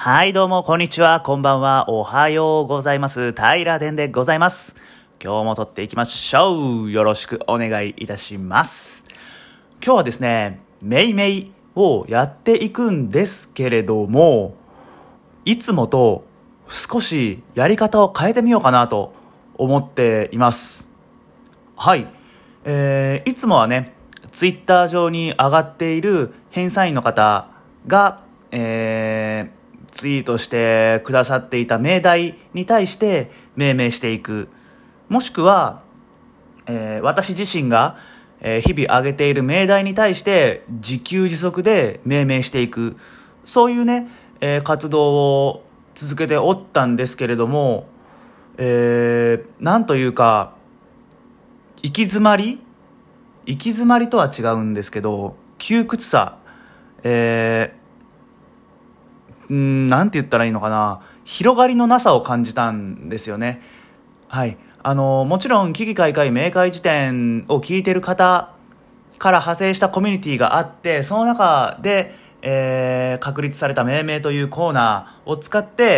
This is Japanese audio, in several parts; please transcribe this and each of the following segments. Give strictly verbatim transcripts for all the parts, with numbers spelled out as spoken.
はい、どうも、こんにちは、こんばんは、おはようございます。平田でございます。今日も撮っていきましょう。よろしくお願いいたします。今日はですね、メイメイをやっていくんですけれども、いつもと少しやり方を変えてみようかなと思っています。はい、えー、いつもはね、ツイッター上に上がっている編纂員の方が、えー、ツイートしてくださっていた命題に対して命名していく、もしくは、えー、私自身が、えー、日々上げている命題に対して自給自足で命名していく、そういうね、えー、活動を続けておったんですけれども、えー、なんというか行き詰まり行き詰まりとは違うんですけど、窮屈さ、えーうーんなんて言ったらいいのかな、広がりのなさを感じたんですよね。はい、あのもちろん危機開会明快辞典を聞いている方から派生したコミュニティがあって、その中で、えー、確立された命名というコーナーを使って、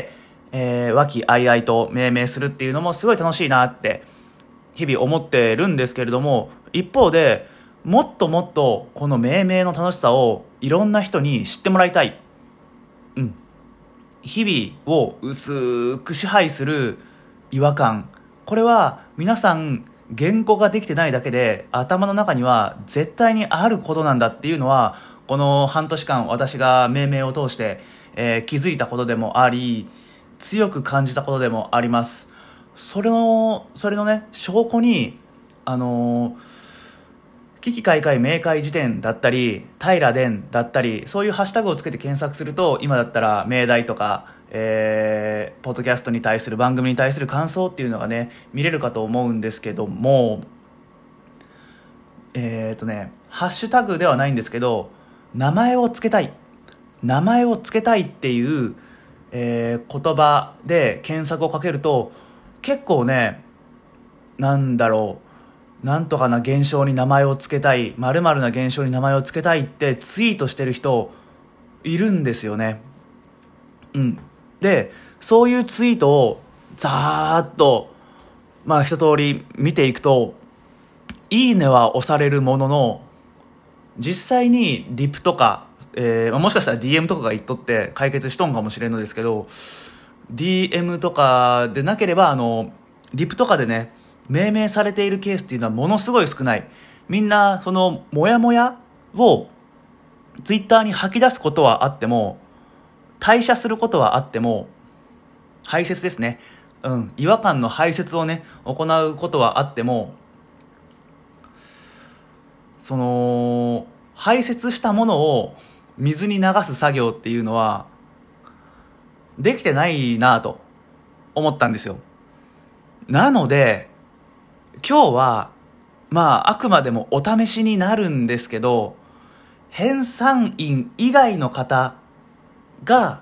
えー、和気あいあいと命名するっていうのもすごい楽しいなって日々思ってるんですけれども、一方でもっともっとこの命名の楽しさをいろんな人に知ってもらいたい。うん、日々を薄く支配する違和感、これは皆さん言語ができてないだけで頭の中には絶対にあることなんだっていうのは、この半年間私が命名を通して、えー気づいたことでもあり、強く感じたことでもあります。それのそれのね、証拠に、あのー危機開会明快辞典だったり平伝だったり、そういうハッシュタグをつけて検索すると、今だったら命題とか、えー、ポッドキャストに対する、番組に対する感想っていうのがね、見れるかと思うんですけども、えーとねハッシュタグではないんですけど、名前をつけたい名前をつけたいっていう、えー言葉で検索をかけると、結構ね、なんだろう、なんとかな現象に名前をつけたい、〇〇な現象に名前をつけたいってツイートしてる人いるんですよね。うん。で、そういうツイートをざーっと、まあ一通り見ていくと、いいねは押されるものの、実際にリプとか、えーまあもしかしたら ディーエム とかが言っとって解決しとんかもしれんのですけど、 ディーエム とかでなければ、あのリプとかでね、命名されているケースっていうのはものすごい少ない。みんなそのモヤモヤをツイッターに吐き出すことはあっても、退社することはあっても、排泄ですね、うん、違和感の排泄をね行うことはあっても、その排泄したものを水に流す作業っていうのはできてないなと思ったんですよ。なので今日は、まああくまでもお試しになるんですけど、編纂員以外の方が、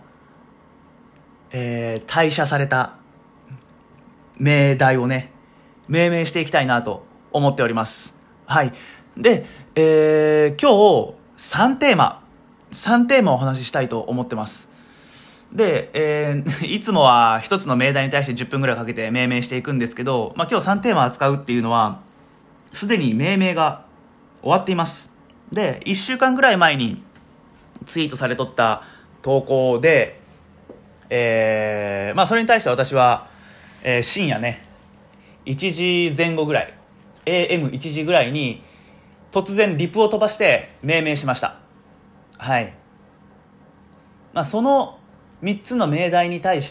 えー退社された命題をね、命名していきたいなと思っております。はい。で、えー今日さんテーマさんテーマをお話ししたいと思ってます。で、えーいつもは一つの命題に対してじゅっぷんぐらいかけて命名していくんですけど、まあ、今日さんテーマ扱うっていうのはすでに命名が終わっています。で、いっしゅうかんぐらい前にツイートされとった投稿で、えーまあ、それに対して私は、えー深夜ねいちじぜん後ぐらい、 エーエムいち 時ぐらいに突然リプを飛ばして命名しました。はい。まあ、そのみっつの命題に対して、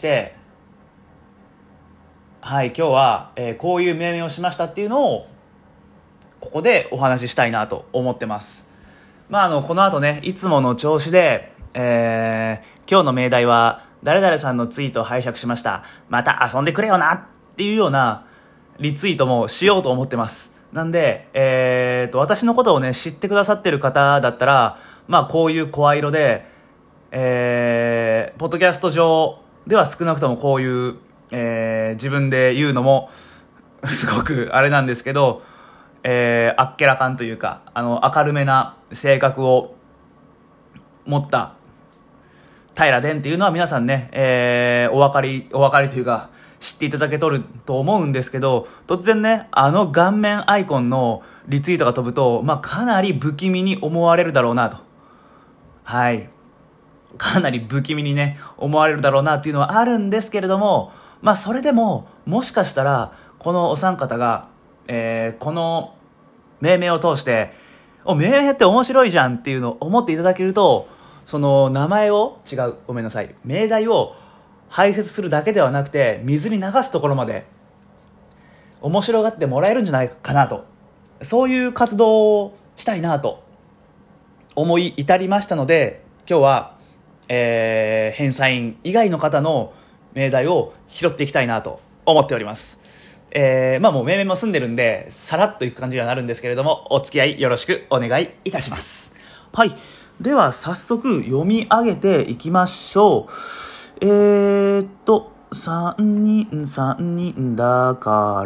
はい、今日は、えーこういう命名をしましたっていうのをここでお話ししたいなと思ってます。まあ、あのこの後ね、いつもの調子で、えー今日の命題は誰々さんのツイートを拝借しました、また遊んでくれよなっていうようなリツイートもしようと思ってます。なんで、えーと私のことをね知ってくださってる方だったら、まあこういう声色で、えーポッドキャスト上では少なくともこういう、えー自分で言うのもすごくあれなんですけど、えーあっけらかんというか、あの明るめな性格を持った平伝っていうのは皆さんね、えー、お分かり、お分かりというか、知っていただけとると思うんですけど、突然ね、あの顔面アイコンのリツイートが飛ぶと、まあ、かなり不気味に思われるだろうなと。はい。かなり不気味にね、思われるだろうなっていうのはあるんですけれども、まあ、それでも、もしかしたら、このお三方が、えー、この命名を通して、お、命名って面白いじゃんっていうのを思っていただけると、その名前を、違う、ごめんなさい、命題を排泄するだけではなくて、水に流すところまで面白がってもらえるんじゃないかなと、そういう活動をしたいなと思い至りましたので、今日は、えー、返済員以外の方の命題を拾っていきたいなと思っております。えー、まあもう命名も済んでるんで、さらっといく感じにはなるんですけれども、お付き合いよろしくお願いいたします。はい。では、早速読み上げていきましょう。えーっと、さんにんさんにんだから、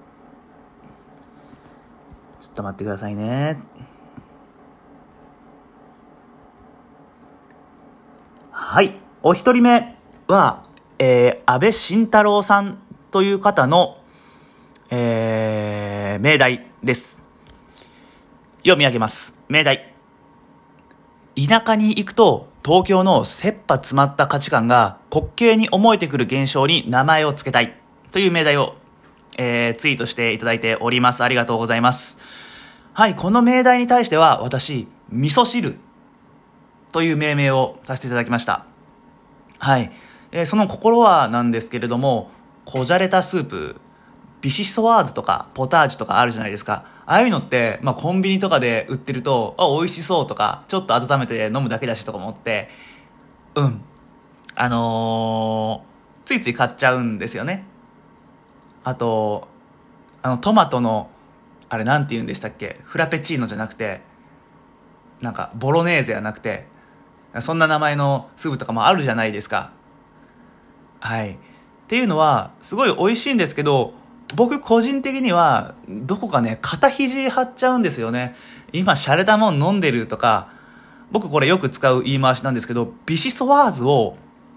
ちょっと待ってくださいね。はい。お一人目は、えー、安倍晋太郎さんという方の、えー、命題です。読み上げます。命題。田舎に行くと東京の切羽詰まった価値観が滑稽に思えてくる現象に名前を付けたいという命題を、えー、ツイートしていただいております。ありがとうございます。はい、この命題に対しては私、味噌汁という命名をさせていただきました。はい、えー、その心はなんですけれども、こじゃれたスープ、ビシソワーズとかポタージュとかあるじゃないですか。ああいうのって、まあ、コンビニとかで売ってると、あ、美味しそうとか、ちょっと温めて飲むだけだしとか思って、うん。あのー、ついつい買っちゃうんですよね。あと、あの、トマトの、あれなんて言うんでしたっけ？フラペチーノじゃなくて、なんか、ボロネーゼじゃなくて、そんな名前のスープとかもあるじゃないですか。はい。っていうのは、すごい美味しいんですけど、僕個人的にはどこかね肩肘張っちゃうんですよね。今シャレたもん飲んでるとか、僕これよく使う言い回しなんですけど、ビシソワーズを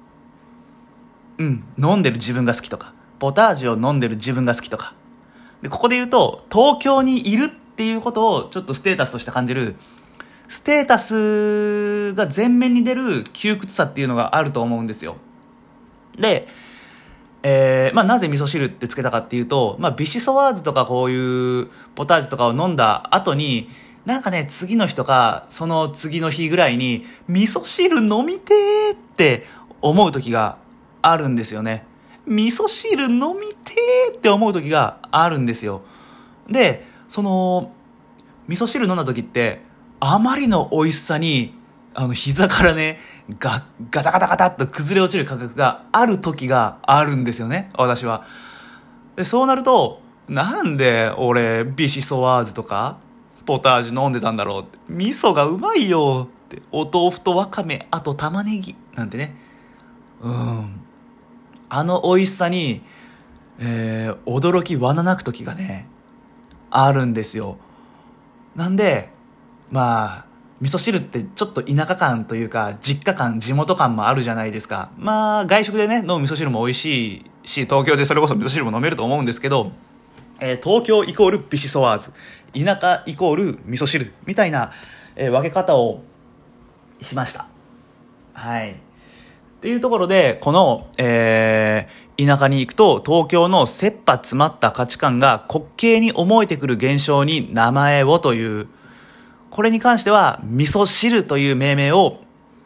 うん飲んでる自分が好きとか、ポタージュを飲んでる自分が好きとかで、ここで言うと東京にいるっていうことをちょっとステータスとして感じる、ステータスが前面に出る窮屈さっていうのがあると思うんですよ。でえーまあ、なぜ味噌汁ってつけたかっていうと、まあ、ビシソワーズとかこういうポタージュとかを飲んだ後に、なんかね、次の日とかその次の日ぐらいに味噌汁飲みてーって思う時があるんですよね。味噌汁飲みてーって思う時があるんですよ。で、その味噌汁飲んだ時ってあまりの美味しさに、あの膝からねガガタガタガタっと崩れ落ちる感覚がある時があるんですよね、私は。でそうなると、なんで俺ビシソワーズとかポタージュ飲んでたんだろうって、味噌がうまいよって、お豆腐とわかめ、あと玉ねぎなんてね、うんあの美味しさに、えー、驚きわななく時がねあるんですよ。なんでまあ味噌汁ってちょっと田舎感というか実家感、地元感もあるじゃないですか。まあ外食でね飲む味噌汁も美味しいし、東京でそれこそ味噌汁も飲めると思うんですけど、えー、東京イコールビシソワーズ、田舎イコール味噌汁みたいな、えー、分け方をしました。はい。っていうところで、この、えー、田舎に行くと東京の切羽詰まった価値観が滑稽に思えてくる現象に名前をという、これに関しては味噌汁という命名を、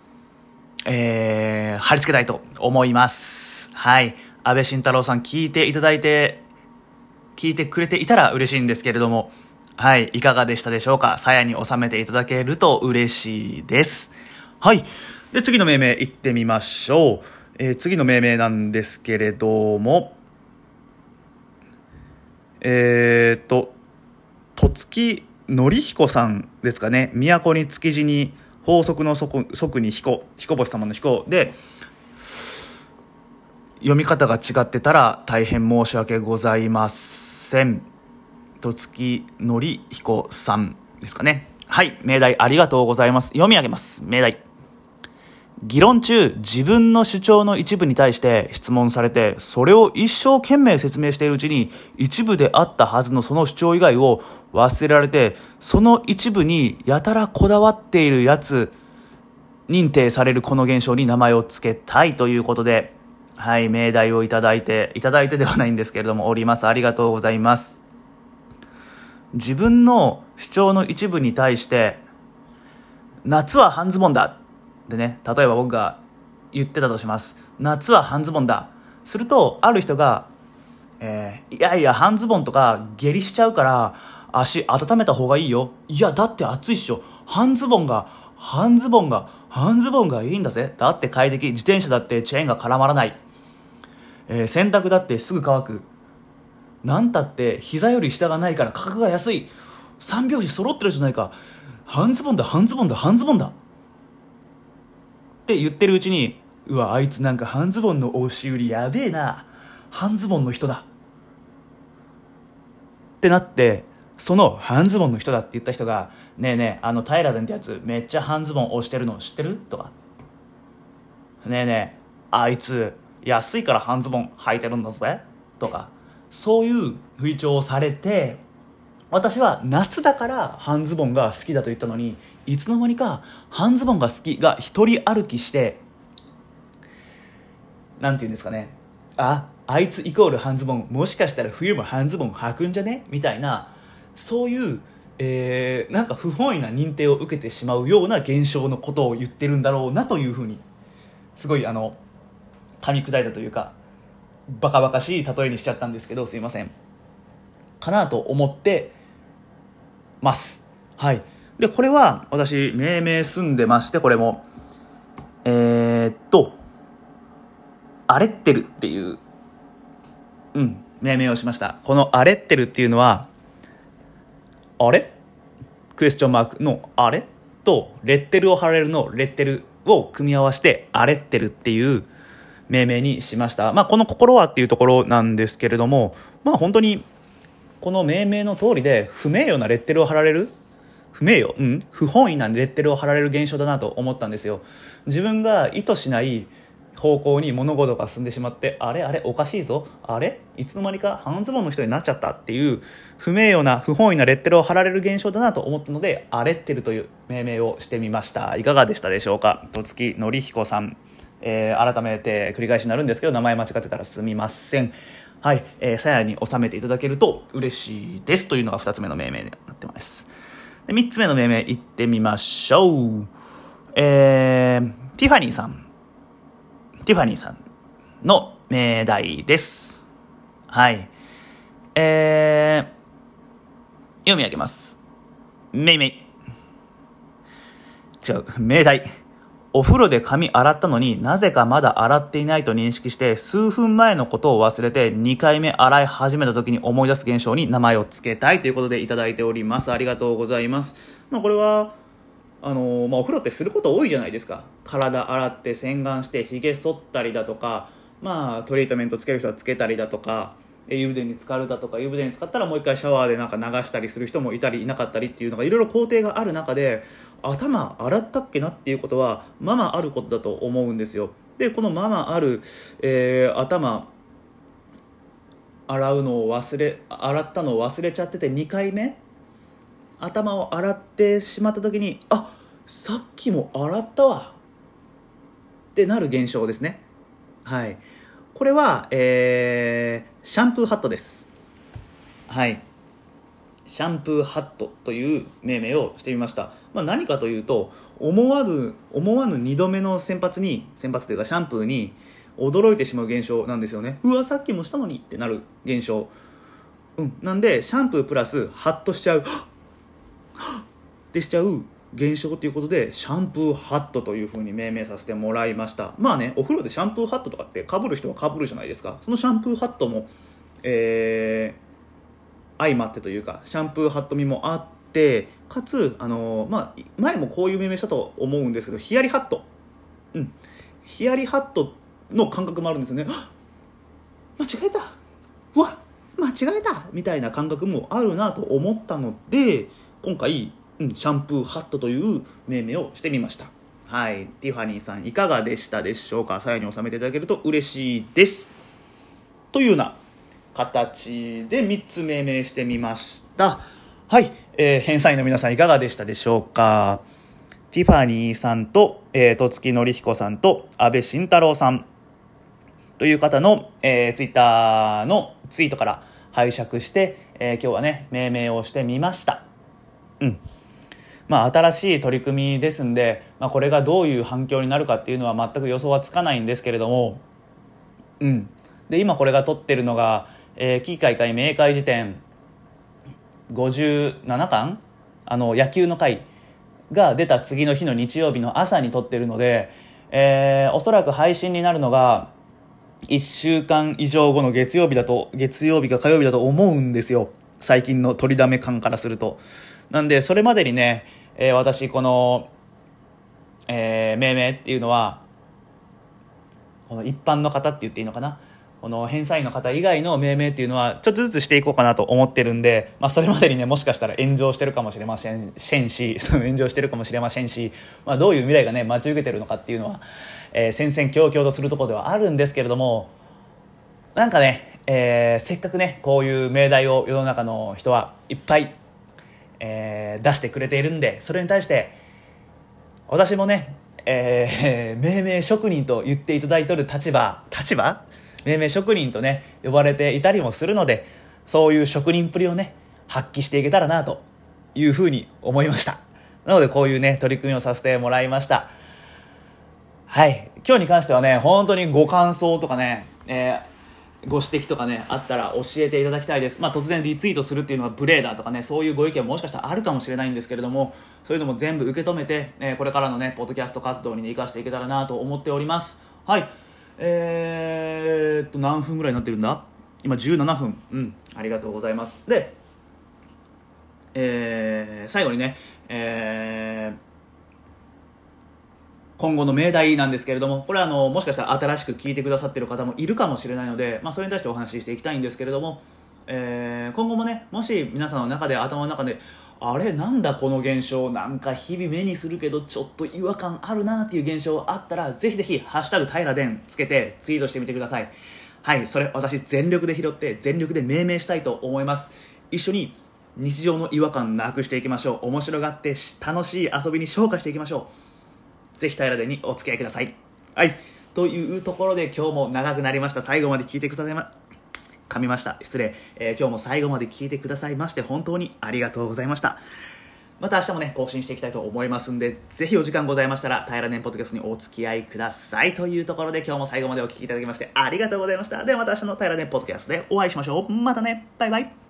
えー、貼り付けたいと思います。はい。安倍晋太郎さん、聞いていただいて聞いてくれていたら嬉しいんですけれども、はい、いかがでしたでしょうか。鞘に収めていただけると嬉しいです。はい。で、次の命名いってみましょう。えー、次の命名なんですけれども、えーと、戸月則彦さんですかね。都に築地に法則の則に彦、彦星様の彦で、読み方が違ってたら大変申し訳ございません。戸月則彦さんですかね。はい、命題ありがとうございます。読み上げます。命題。 議論中、自分の主張の一部に対して質問されて、それを一生懸命説明しているうちに、一部であったはずのその主張以外を忘れられて、その一部にやたらこだわっているやつ、認定されるこの現象に名前を付けたいということで、はい、命題をいただいて、いただいてではないんですけれども、おります。ありがとうございます。自分の主張の一部に対して、夏は半ズボンだでね、例えば僕が言ってたとします。夏は半ズボンだ。すると、ある人が、えー、いやいや、半ズボンとか下痢しちゃうから、足温めた方がいいよ。いや、だって暑いっしょ。半ズボンが、半ズボンが、半ズボンがいいんだぜ。だって快適。自転車だってチェーンが絡まらない。えー、洗濯だってすぐ乾く。なんたって膝より下がないから価格が安い。三拍子揃ってるじゃないか。半ズボンだ、半ズボンだ、半ズボンだ。って言ってるうちに、うわ、あいつなんか半ズボンの押し売りやべえな。半ズボンの人だ。ってなって、その半ズボンの人だって言った人が、ねえねえ、あの平田ってやつめっちゃ半ズボン押してるの知ってるとか。ねえねえ、あいつ安いから半ズボン履いてるんだぜとか。そういう吹聴をされて、私は夏だから半ズボンが好きだと言ったのに、いつの間にか半ズボンが好きが一人歩きして、なんて言うんですかね、あ、あいつイコール半ズボン、もしかしたら冬も半ズボン履くんじゃねみたいな、そういう、えー、なんか不本意な認定を受けてしまうような現象のことを言ってるんだろうなというふうに、すごいあの噛み砕いたというかバカバカしい例えにしちゃったんですけど、すいませんかなと思ってます。はい。でこれは私命名住んでまして、これもえー、っとアレッテルっていううん命名をしました。このアレッテルっていうのは、あれクエスチョンマークのあれとレッテルを貼られるのレッテルを組み合わせてアレッテルっていう命名にしました。まあこの心はっていうところなんですけれども、まあ本当にこの命名の通りで不名誉なレッテルを貼られる不名誉うん不本意なレッテルを貼られる現象だなと思ったんですよ。自分が意図しない方向に物事が進んでしまって、あれあれおかしいぞ、あれいつの間にか半ズボンの人になっちゃったっていう不名誉な不本意なレッテルを貼られる現象だなと思ったので、アレッテルという命名をしてみました。いかがでしたでしょうか。戸月典彦さん、えー、改めて繰り返しになるんですけど、名前間違ってたらすみません。はい、えー、鞘に収めていただけると嬉しいですというのがふたつめの命名になってます。でみっつめの命名いってみましょう。えー、ティファニーさんティファニーさんの命題です。はい。えー、読み上げます。めいめい。違う、命題。お風呂で髪洗ったのになぜかまだ洗っていないと認識して数分前のことを忘れてにかいめ洗い始めた時に思い出す現象に名前を付けたいということでいただいております。ありがとうございます。まあ、これはあのまあ、お風呂ってすること多いじゃないですか。体洗って洗顔してひげ剃ったりだとか、まあ、トリートメントつける人はつけたりだとか、湯船に浸かるだとか、湯船に浸かったらもう一回シャワーでなんか流したりする人もいたりいなかったりっていうのがいろいろ工程がある中で、頭洗ったっけなっていうことはままあることだと思うんですよ。でこのままある、えー、頭洗うのを忘れ洗ったのを忘れちゃっててにかいめ頭を洗ってしまった時に、あ、さっきも洗ったわってなる現象ですね。はい、これは、えー、シャンプーハットです。はい、シャンプーハットという命名をしてみました。まあ、何かというと、思わぬ思わぬにどめの洗髪に洗髪というかシャンプーに驚いてしまう現象なんですよね。うわ、さっきもしたのにってなる現象、うん、なんでシャンプープラスハッとしちゃうってしちゃう現象ということで、シャンプーハットという風に命名させてもらいました。まあね、お風呂でシャンプーハットとかって被る人は被るじゃないですか。そのシャンプーハットも、えー、相まってというか、シャンプーハット味もあって、かつ、あのーまあ、前もこういう命名したと思うんですけど、ヒヤリハット、うん、ヒヤリハットの感覚もあるんですよね。間違えた、うわ間違えたみたいな感覚もあるなと思ったので、今回、うん、シャンプーハットという命名をしてみました。 はい、ティファニーさんいかがでしたでしょうか。鞘に収めていただけると嬉しいです。というような形でみっつ命名してみました。はい、えー、編纂員の皆さんいかがでしたでしょうか。ティファニーさんと、えー、戸月典彦さんと安倍晋太郎さんという方の、えー、ツイッターのツイートから拝借して、えー、今日はね命名をしてみました。うんまあ、新しい取り組みですんで、まあ、これがどういう反響になるかっていうのは全く予想はつかないんですけれども、うん、で今これが撮ってるのが、えー、危機開会明快辞典ごじゅうななかんあの野球の回が出た次の日の日曜日の朝に撮ってるので、えー、おそらく配信になるのがいっしゅうかん以上後の月曜日だと月曜日か火曜日だと思うんですよ、最近の取りだめ感からすると。なんでそれまでにね、えー、私この、えー、命名っていうのはこの一般の方って言っていいのかな、この返済員の方以外の命名っていうのはちょっとずつしていこうかなと思ってるんで、まあ、それまでにねもしかしたら炎上してるかもしれませんしその炎上してるかもしれませんし、まあ、どういう未来がね待ち受けてるのかっていうのは、えー、戦々恐々とするところではあるんですけれども、なんかね、えー、せっかくねこういう命題を世の中の人はいっぱい、えー、出してくれているんで、それに対して私もね、えー、命名職人と言っていただいている立場立場命名職人とね呼ばれていたりもするので、そういう職人っぷりをね発揮していけたらなというふうに思いました。なのでこういうね取り組みをさせてもらいました。はい、今日に関してはね本当にご感想とかね、えー、ご指摘とかねあったら教えていただきたいです。まあ、突然リツイートするっていうのは無礼だとかね、そういうご意見ももしかしたらあるかもしれないんですけれども、そういうのも全部受け止めて、えー、これからのねポッドキャスト活動に、ね、生かしていけたらなと思っております。はい、えー、っと何分ぐらいになってるんだ今じゅうななふん。うんありがとうございます。で、えー、最後にね、えー今後の命題なんですけれども、これはあのもしかしたら新しく聞いてくださっている方もいるかもしれないので、まあ、それに対してお話ししていきたいんですけれども、えー、今後もねもし皆さんの中で頭の中であれなんだこの現象、なんか日々目にするけどちょっと違和感あるなっていう現象あったら、ぜひぜひハッシュタグ平殿つけてツイートしてみてください。はい、それ私全力で拾って全力で命名したいと思います。一緒に日常の違和感なくしていきましょう。面白がって楽しい遊びに昇華していきましょう。ぜひ平殿にお付き合いください。はい、というところで今日も長くなりました。最後まで聞いてくださいま噛みました失礼、えー、今日も最後まで聞いてくださいまして本当にありがとうございました。また明日もね更新していきたいと思いますんで、ぜひお時間ございましたら平殿ポッドキャストにお付き合いください。というところで今日も最後までお聞きいただきましてありがとうございました。ではまた明日の平殿ポッドキャストでお会いしましょう。またね、バイバイ。